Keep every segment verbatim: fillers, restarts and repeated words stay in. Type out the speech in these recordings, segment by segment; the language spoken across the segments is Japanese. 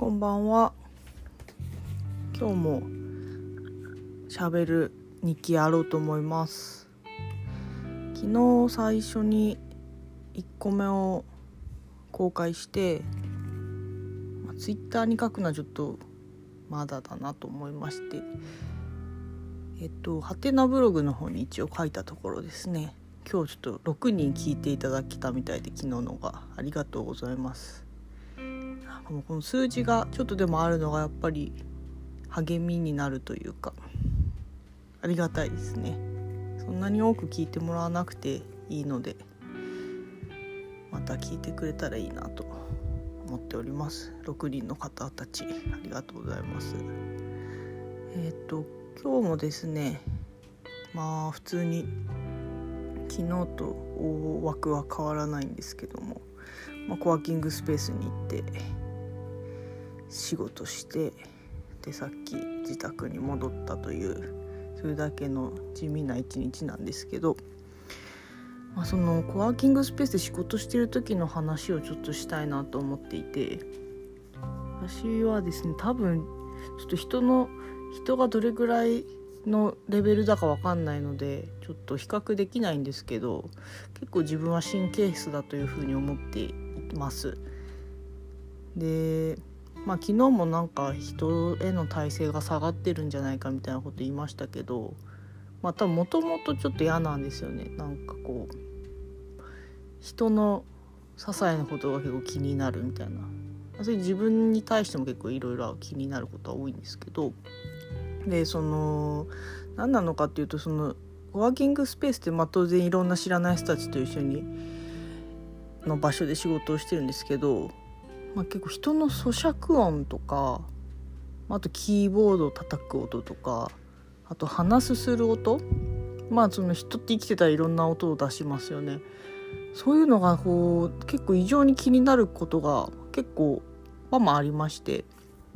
こんばんは。今日も喋る日記やろうと思います。昨日最初にいっこめを公開して、まあ、ツイッターに書くのはちょっとまだだなと思いまして、えっとハテナブログの方に一応書いたところですね。今日ちょっとろくにん聞いていただけたみたいで、昨日のがありがとうございます。もうこの数字がちょっとでもあるのがやっぱり励みになるというか、ありがたいですね。そんなに多く聞いてもらわなくていいので、また聞いてくれたらいいなと思っております。ろくにんの方たちありがとうございます。えっと今日もですね、まあ普通に昨日と大枠は変わらないんですけども、まあ、コワーキングスペースに行って仕事して、でさっき自宅に戻ったという、それだけの地味な一日なんですけど、まあ、そのコワーキングスペースで仕事してる時の話をちょっとしたいなと思っていて、私はですね、多分ちょっと人の人がどれぐらいのレベルだか分かんないのでちょっと比較できないんですけど、結構自分は神経質だというふうに思っています。でまあ、昨日もなんか人への耐性が下がってるんじゃないかみたいなこと言いましたけど、またもともとちょっと嫌なんですよね。なんかこう人の些細なことが結構気になるみたいな、それ自分に対しても結構いろいろ気になることは多いんですけど、でその何なのかっていうと、そのワーキングスペースって、まあ、当然いろんな知らない人たちと一緒にの場所で仕事をしてるんですけど、まあ、結構人の咀嚼音とか、あとキーボードを叩く音とか、あと鼻すする音、まあその人って生きてたらいろんな音を出しますよね。そういうのがこう結構異常に気になることが結構まあまあありまして、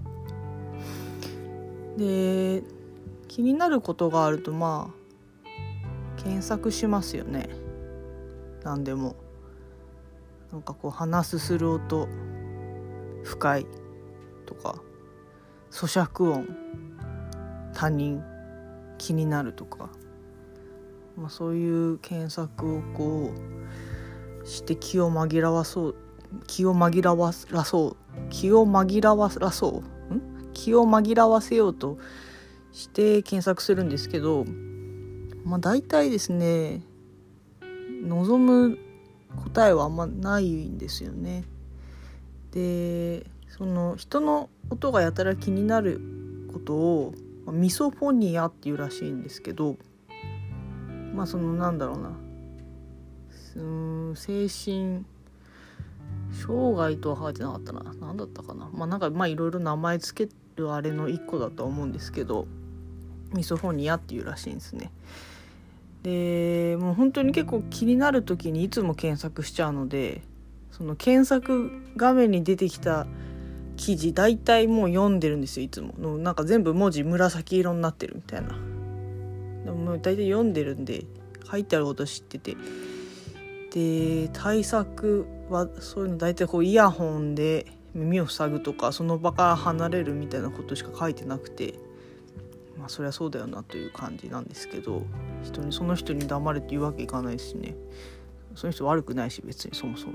で気になることがあるとまあ検索しますよね。何でもなんかこう鼻すする音、不快とか咀嚼音、他人、気になるとか、まあ、そういう検索をこうして気を紛らわそう気を紛らわらそう気を紛らわらそうん気を紛らわせようとして検索するんですけど、まあ大体ですね、望む答えはあんまないんですよね。でその人の音がやたら気になることをミソフォニアっていうらしいんですけど、まあそのなんだろうな、うーん精神障害とは書いてなかったな、何だったかな、まあなんかまあいろいろ名前つけるあれの一個だとは思うんですけど、ミソフォニアっていうらしいんですね。でもう本当に結構気になる時にいつも検索しちゃうので、その検索画面に出てきた記事大体もう読んでるんですよ。いつものなんか全部文字紫色になってるみたいな、でももう大体読んでるんで書いてあること知ってて、で対策はそういうの大体こうイヤホンで耳を塞ぐとか、その場から離れるみたいなことしか書いてなくて、まあそりゃそうだよなという感じなんですけど、人にその人に黙れって言うわけいかないしね、その人悪くないし別にそもそも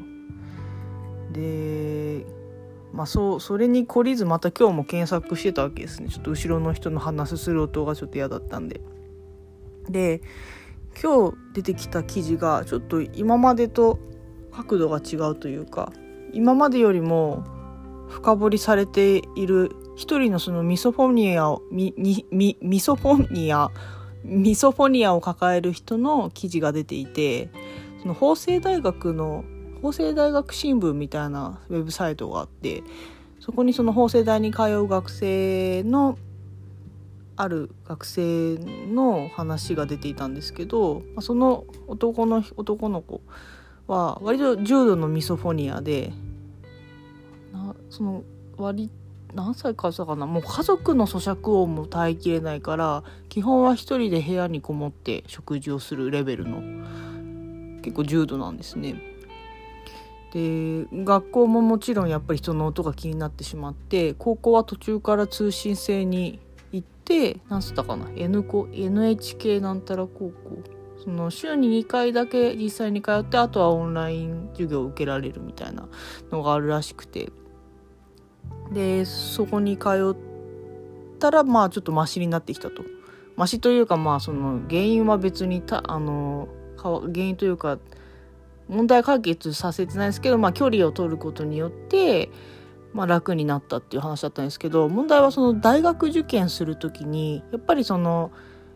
で、まあそうそれに懲りずまた今日も検索してたわけですね。ちょっと後ろの人の鼻すする音がちょっと嫌だったんで。で今日出てきた記事がちょっと今までと角度が違うというか、今までよりも深掘りされている一人のそのミソフォニアをミミミソフォニアミソフォニアを抱える人の記事が出ていて、その法政大学の法政大学新聞みたいなウェブサイトがあって、そこにその法政大に通う学生のある学生の話が出ていたんですけど、その男の男の子は割と重度のミソフォニアで、なその割何歳かしたかな、もう家族の咀嚼音も耐えきれないから、基本は一人で部屋にこもって食事をするレベルの結構重度なんですね。 で学校ももちろんやっぱり人の音が気になってしまって、高校は途中から通信制に行って、何つったかな N コ エヌエイチケー なんたら高校、その週ににかいだけ実際に通って、あとはオンライン授業を受けられるみたいなのがあるらしくて、でそこに通ったらまあちょっとマシになってきたと。マシというか、まあその原因は別にたあの原因というか問題解決させてないですけど、まあ距離を取ることによってまあ楽になったっていう話だったんですけど、問題はその大学受験するときにやっぱりその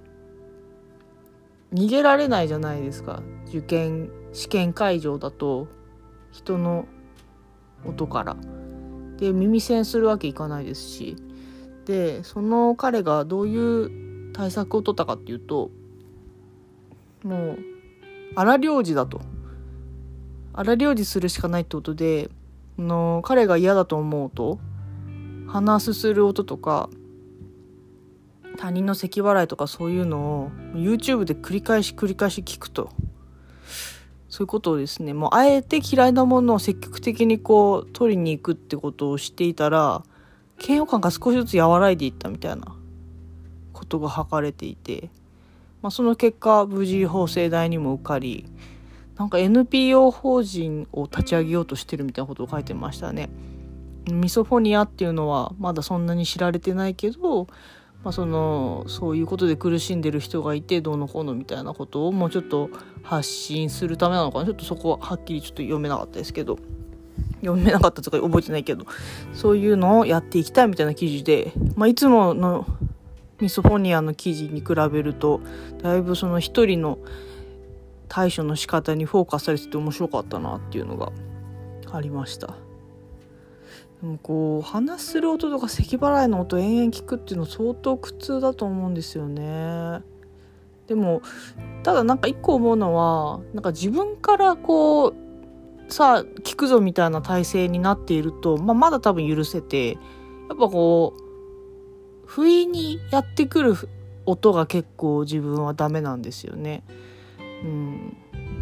逃げられないじゃないですか。受験試験会場だと人の音からで耳栓するわけいかないですし、でその彼がどういう対策を取ったかっていうと、もう荒療治だと、荒療治するしかないってことで、あの彼が嫌だと思うと鼻すする音とか他人の咳払いとか、そういうのを YouTube で繰り返し繰り返し聞くと、そういうことをですね、もうあえて嫌いなものを積極的にこう取りに行くってことをしていたら、嫌悪感が少しずつ和らいでいったみたいなことが書かれていて、まあ、その結果無事法政大にも受かり、なんか エヌピーオー 法人を立ち上げようとしてるみたいなことを書いてましたね。ミソフォニアっていうのはまだそんなに知られてないけど、まあ、そのそういうことで苦しんでる人がいてどうのこうのみたいなことをもうちょっと発信するためなのかな。ちょっとそこははっきりちょっと読めなかったですけど、読めなかったとか覚えてないけど、そういうのをやっていきたいみたいな記事で、まあ、いつものミソフォニアの記事に比べるとだいぶその一人の対処の仕方にフォーカスされてて面白かったなっていうのがありました。でもこう鼻する音とか咳払いの音を延々聞くっていうの相当苦痛だと思うんですよね。でもただなんか一個思うのは、なんか自分からこうさあ聞くぞみたいな体制になっていると、まあ、まだ多分許せて、やっぱこう不意にやってくる音が結構自分はダメなんですよね。うん、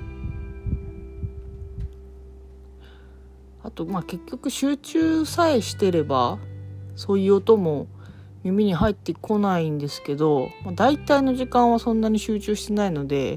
あとまあ結局集中さえしてればそういう音も耳に入ってこないんですけど、まあ、大体の時間はそんなに集中してないので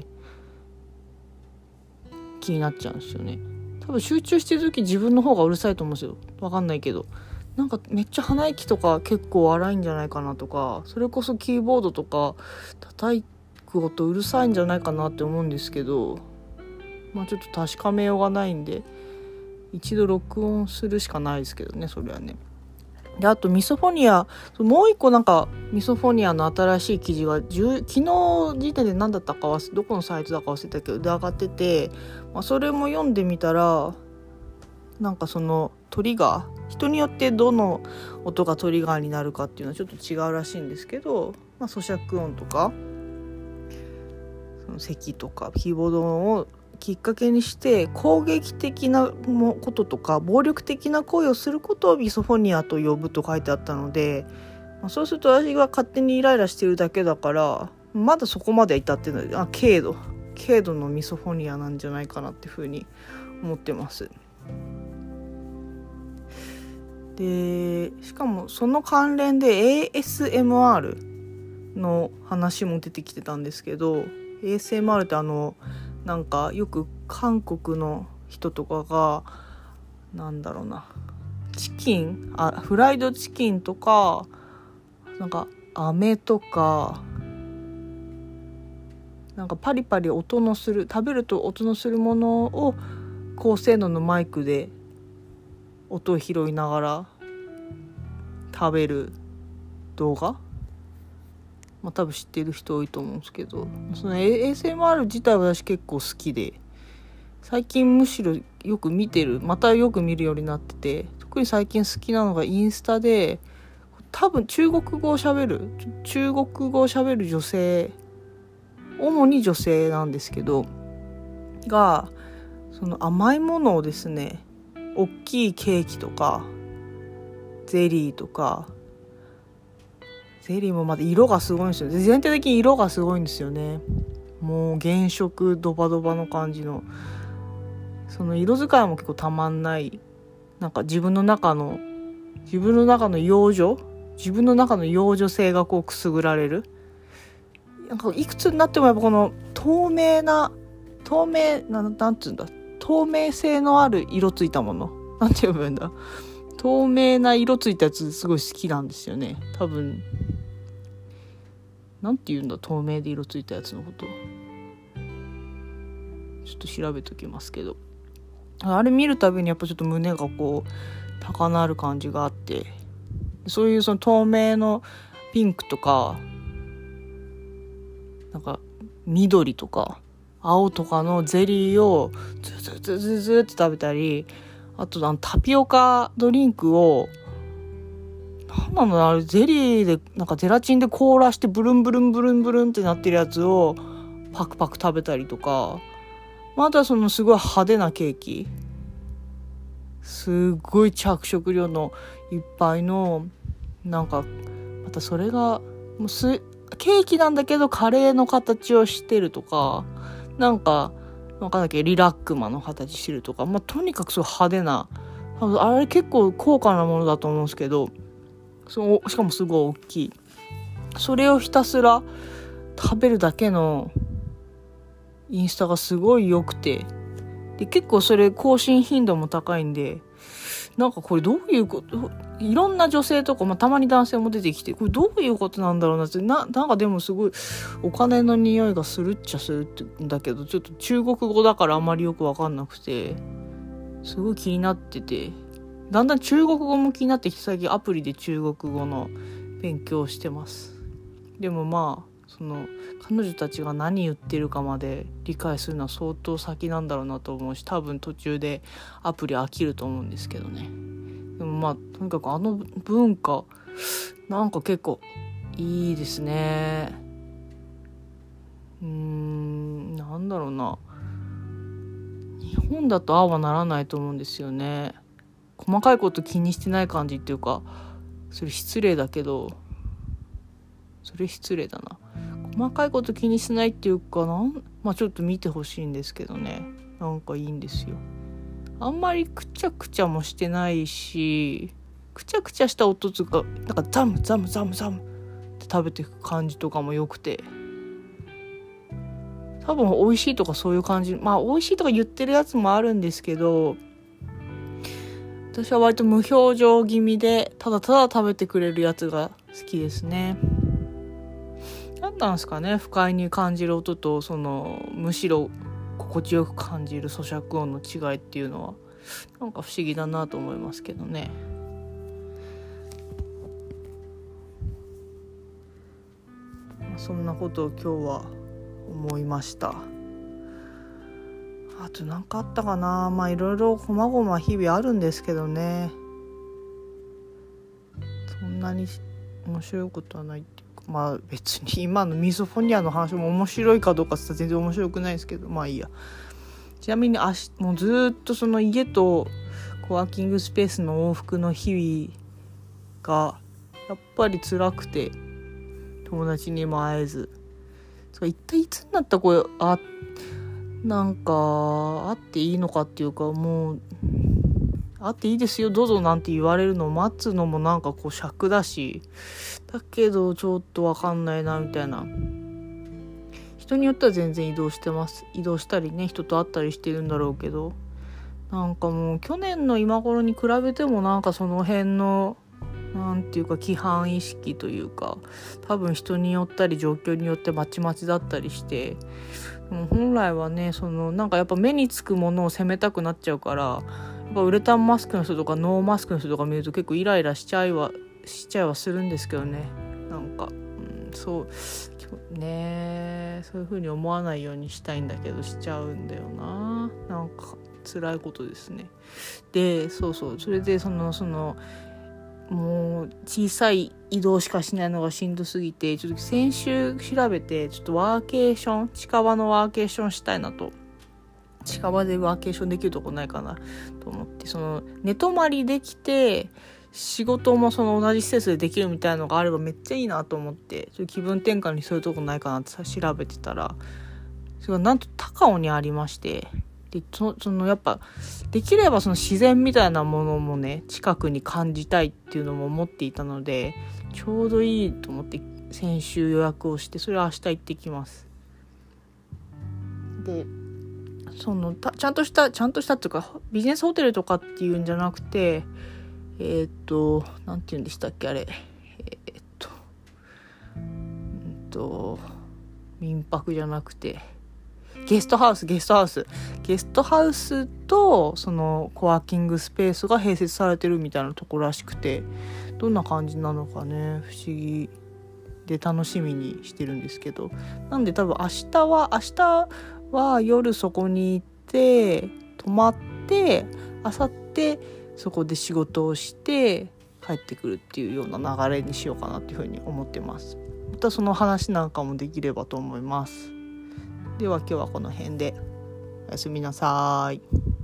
気になっちゃうんですよね。多分集中してる時自分の方がうるさいと思うんですよ。わかんないけど、なんかめっちゃ鼻息とか結構荒いんじゃないかなとか、それこそキーボードとか叩く音うるさいんじゃないかなって思うんですけど、まあちょっと確かめようがないんで一度録音するしかないですけどね、それはね。であとミソフォニア、もう一個なんかミソフォニアの新しい記事が昨日時点で何だったかはどこのサイトだか忘れたけどで上がってて、まあ、それも読んでみたら、なんかそのトリガー、人によってどの音がトリガーになるかっていうのはちょっと違うらしいんですけど、まあ、咀嚼音とかその咳とかキーボード音をきっかけにして攻撃的なこととか暴力的な行為をすることをミソフォニアと呼ぶと書いてあったので、まあ、そうすると私が勝手にイライラしてるだけだからまだそこまで至ってない、あ軽度軽度のミソフォニアなんじゃないかなっていうふうに思ってます。でしかもその関連で エーエスエムアール の話も出てきてたんですけど、 エーエスエムアール ってあのなんかよく韓国の人とかがなんだろうなチキンあフライドチキンとかなんか飴とかなんかパリパリ音のする食べると音のするものを高性能のマイクで音を拾いながら食べる動画、まあ、多分知ってる人多いと思うんですけど、その エーエスエムアール 自体は私結構好きで最近むしろよく見てるまたよく見るようになってて、特に最近好きなのがインスタで多分中国語を喋る中国語を喋る女性、主に女性なんですけどがその甘いものをですね、大きいケーキとかゼリーとか、ゼリーもまだ色がすごいんですよ。全体的に色がすごいんですよね。もう原色ドバドバの感じのその色使いも結構たまんない、なんか自分の中の自分の中の幼女自分の中の幼女性がこうくすぐられる、なんかいくつになってもやっぱこの透明な透明ななんていうんだ透明性のある色ついたもの、なんて呼ぶんだ透明な色ついたやつすごい好きなんですよね。多分なんて言うんだ透明で色ついたやつのこと、ちょっと調べときますけど、あれ見るたびにやっぱちょっと胸がこう高鳴る感じがあって、そういうその透明のピンクとかなんか緑とか青とかのゼリーをズズズズズって食べたり、あとあのタピオカドリンクをなんなのあれゼリーでなんかゼラチンで凍らしてブルンブルンブルンブルンってなってるやつをパクパク食べたりとか、またそのすごい派手なケーキ、すごい着色料のいっぱいのなんかまたそれがもうすケーキなんだけどカレーの形をしてるとか、なんかわかんないけどリラックマの形してるとか、まあ、とにかくそう派手な、あれ結構高価なものだと思うんですけど、そうしかもすごい大きい、それをひたすら食べるだけのインスタがすごい良くて、で結構それ更新頻度も高いんで、なんかこれどういうこと、いろんな女性とか、まあ、たまに男性も出てきて、これどういうことなんだろうなって、な、なんかでもすごいお金の匂いがするっちゃするんだけど、ちょっと中国語だからあまりよくわかんなくて、すごい気になってて、だんだん中国語も気になってきて、最近アプリで中国語の勉強をしてます。でもまあその彼女たちが何言ってるかまで理解するのは相当先なんだろうなと思うし、多分途中でアプリ飽きると思うんですけどね。でもまあとにかくあの文化なんか結構いいですね。うーんなんだろうな、日本だとああはならないと思うんですよね。細かいこと気にしてない感じっていうか、それ失礼だけど、それ失礼だな。細かいこと気にしないっていうかなん、まあちょっと見てほしいんですけどね、なんかいいんですよ。あんまりくちゃくちゃもしてないし、くちゃくちゃした音とか、なんかザムザムザムザムって食べていく感じとかも良くて、多分美味しいとかそういう感じ、まあ美味しいとか言ってるやつもあるんですけど、私は割と無表情気味でただただ食べてくれるやつが好きですね。なんなんですかね、不快に感じる音とそのむしろ心地よく感じる咀嚼音の違いっていうのはなんか不思議だなと思いますけどね。そんなことを今日は思いました。あと何かあったかな、まあいろいろこまごま日々あるんですけどね、そんなに面白いことはないっていうか、まあ別に今のミソフォニアの話も面白いかどうかって言ったら全然面白くないですけど、まあいいや。ちなみにあしもうずっとその家とコワーキングスペースの往復の日々がやっぱり辛くて、友達にも会えず、一体いつになったらこれあなんか会っていいのかっていうか、もう会っていいですよどうぞなんて言われるのを待つのもなんかこう尺だし、だけどちょっとわかんないなみたいな。人によっては全然移動してます、移動したりね、人と会ったりしてるんだろうけど、なんかもう去年の今頃に比べてもなんかその辺のなんていうか規範意識というか、多分人によったり状況によってまちまちだったりして、もう本来はね、そのなんかやっぱ目につくものを責めたくなっちゃうから、やっぱウレタンマスクの人とかノーマスクの人とか見ると結構イライラしちゃいはしちゃいはするんですけどね。なんか、うん、そうね、そういう風に思わないようにしたいんだけどしちゃうんだよな。なんか辛いことですね。で、そうそう、それでそのそのもう小さい移動しかしないのがしんどすぎて、ちょっと先週調べてちょっとワーケーション、近場のワーケーションしたいなと、近場でワーケーションできるとこないかなと思って、その寝泊まりできて仕事もその同じ施設でできるみたいなのがあればめっちゃいいなと思って、ちょっと気分転換にそういうとこないかなって調べてたら、それがなんと高尾にありまして、ででそそのやっぱできればその自然みたいなものもね近くに感じたいっていうのも思っていたので、ちょうどいいと思って先週予約をして、それは明日行ってきます。でそのたちゃんとしたちゃんとしたっていうかビジネスホテルとかっていうんじゃなくて、えー、っとなんて言うんでしたっけあれ、えー、っとうんと民泊じゃなくてゲストハウスゲストハウスゲストハウスとそのコワーキングスペースが併設されてるみたいなところらしくて、どんな感じなのかね不思議で楽しみにしてるんですけど、なんで多分明日は明日は夜そこに行って泊まって、明後日そこで仕事をして帰ってくるっていうような流れにしようかなっていうふうに思ってます。またその話なんかもできればと思います。では今日はこの辺でおやすみなさい。